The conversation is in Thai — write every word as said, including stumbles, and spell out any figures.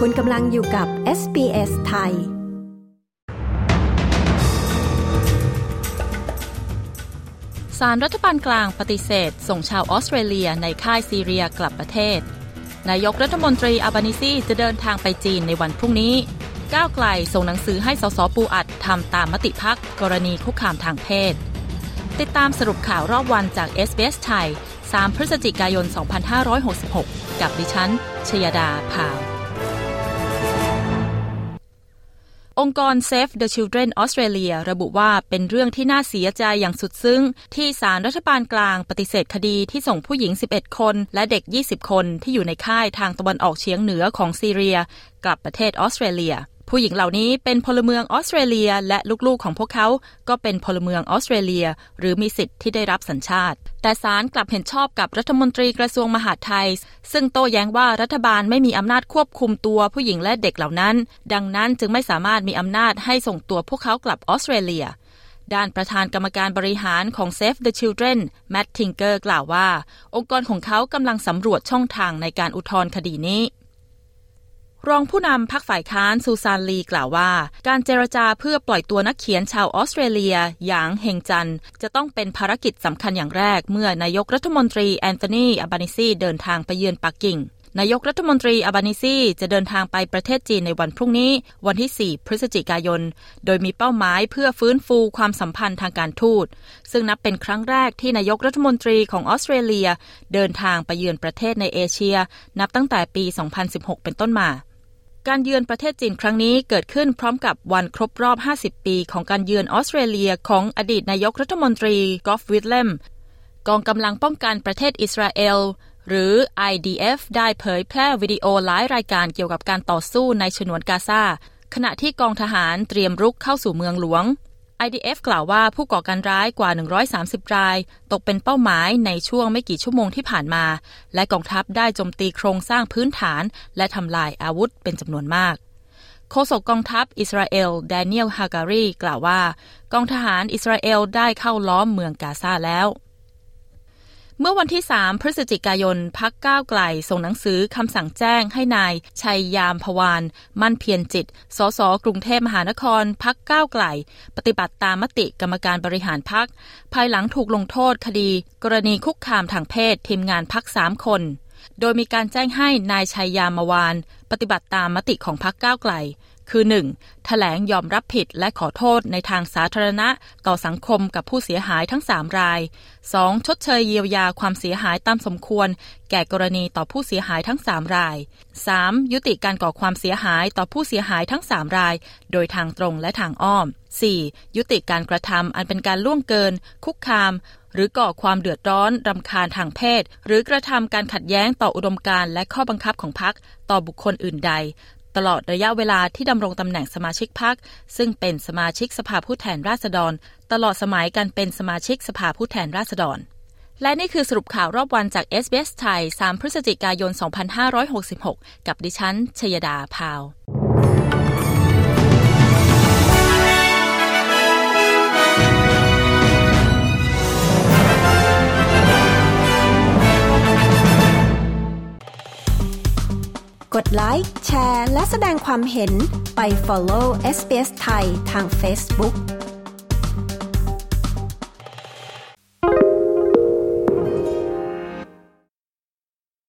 คุณกำลังอยู่กับ เอส บี เอส ไทยศาลรัฐบาลกลางปฏิเสธส่งชาวออสเตรเลียในค่ายซีเรียกลับประเทศนายกรัฐมนตรีอัลบานีซีจะเดินทางไปจีนในวันพรุ่งนี้ก้าวไกลส่งหนังสือให้สสปูอัดทำตามมติพรรคกรณีคุกคามทางเพศติดตามสรุปข่าวรอบวันจาก เอส บี เอส ไทยสามพฤศจิกายนสองพันห้าร้อยหกสิบหกกับดิฉันชยดาพาวองค์กร Save the Children Australia ระบุว่าเป็นเรื่องที่น่าเสียใจอย่างสุดซึ้งที่ศาลรัฐบาลกลางปฏิเสธคดีที่ส่งผู้หญิงสิบเอ็ดคนและเด็กยี่สิบคนที่อยู่ในค่ายทางตะวันออกเฉียงเหนือของซีเรียกลับประเทศออสเตรเลียผู้หญิงเหล่านี้เป็นพลเมืองออสเตรเลียและลูกๆของพวกเขาก็เป็นพลเมืองออสเตรเลียหรือมีสิทธิ์ที่ได้รับสัญชาติแต่ศาลกลับเห็นชอบกับรัฐมนตรีกระทรวงมหาดไทยซึ่งโต้แย้งว่ารัฐบาลไม่มีอำนาจควบคุมตัวผู้หญิงและเด็กเหล่านั้นดังนั้นจึงไม่สามารถมีอำนาจให้ส่งตัวพวกเขากลับออสเตรเลียด้านประธานกรรมการบริหารของ Save the Children แมตต์ ทิงเกอร์กล่าวว่าองค์กรของเขากำลังสำรวจช่องทางในการอุทธรณ์คดีนี้รองผู้นำพรรคฝ่ายค้านซูซานลีกล่าวว่าการเจรจาเพื่อปล่อยตัวนักเขียนชาวออสเตรเลียหยางเฮงจันจะต้องเป็นภารกิจสำคัญอย่างแรกเมื่อนายกรัฐมนตรีแอนโทนีอัลบานีซีเดินทางไปเยือนปักกิ่งนายกรัฐมนตรีอัลบานีซีจะเดินทางไปประเทศจีนในวันพรุ่งนี้วันที่สี่พฤศจิกายนโดยมีเป้าหมายเพื่อฟื้นฟูความสัมพันธ์ทางการทูตซึ่งนับเป็นครั้งแรกที่นายกรัฐมนตรีของออสเตรเลียเดินทางไปเยือนประเทศในเอเชียนับตั้งแต่ปีสองพันสิบหกเป็นต้นมาการเยือนประเทศจีนครั้งนี้เกิดขึ้นพร้อมกับวันครบรอบห้าสิบปีของการเยือนออสเตรเลียของอดีตนายกรัฐมนตรีกอฟวิลเลมกองกำลังป้องกันประเทศอิสราเอลหรือ ไอ ดี เอฟ ได้เผยแพร่วิดีโอหลายรายการเกี่ยวกับการต่อสู้ในฉนวนกาซาขณะที่กองทหารเตรียมรุกเข้าสู่เมืองหลวงไอ ดี เอฟ กล่าวว่าผู้ก่อการร้ายกว่าหนึ่งร้อยสามสิบรายตกเป็นเป้าหมายในช่วงไม่กี่ชั่วโมงที่ผ่านมาและกองทัพได้โจมตีโครงสร้างพื้นฐานและทำลายอาวุธเป็นจำนวนมากโฆษกกองทัพอิสราเอลแดเนียลฮาการีกล่าวว่ากองทหารอิสราเอลได้เข้าล้อมเมืองกาซาแล้วเมื่อวันที่สามพฤศจิกายนพรรคก้าวไกลส่งหนังสือคำสั่งแจ้งให้นายชัยยามพวานมั่นเพียรจิตสสกรุงเทพมหานครพรรคก้าวไกลปฏิบัติตามมติกรรมการบริหารพรรคภายหลังถูกลงโทษคดีกรณีคุกคามทางเพศทีมงานพรรคสามคนโดยมีการแจ้งให้นายชัยยามวานปฏิบัติตามมติของพรรคก้าวไกลคือ หนึ่ง แถลงยอมรับผิดและขอโทษในทางสาธารณะต่อสังคมกับผู้เสียหายทั้งสามราย สอง ชดเชยเยียวยาความเสียหายตามสมควรแก่กรณีต่อผู้เสียหายทั้งสามราย สาม ยุติการก่อความเสียหายต่อผู้เสียหายทั้งสามรายโดยทางตรงและทางอ้อม สี่ ยุติการกระทำอันเป็นการล่วงเกินคุกคามหรือก่อความเดือดร้อนรำคาญทางเพศหรือกระทำการขัดแย้งต่ออุดมการณ์และข้อบังคับของพรรคต่อบุคคลอื่นใดตลอดระยะเวลาที่ดำรงตำแหน่งสมาชิกพรรคซึ่งเป็นสมาชิกสภาผู้แทนราษฎรตลอดสมัยการเป็นสมาชิกสภาผู้แทนราษฎรและนี่คือสรุปข่าวรอบวันจาก เอส บี เอส ไทยสามพฤศจิกายนสองพันห้าร้อยหกสิบหกกับดิฉันชยดาพาวกดไลค์แชร์และแสดงความเห็นไป follow เอส บี เอส ไทยทาง Facebook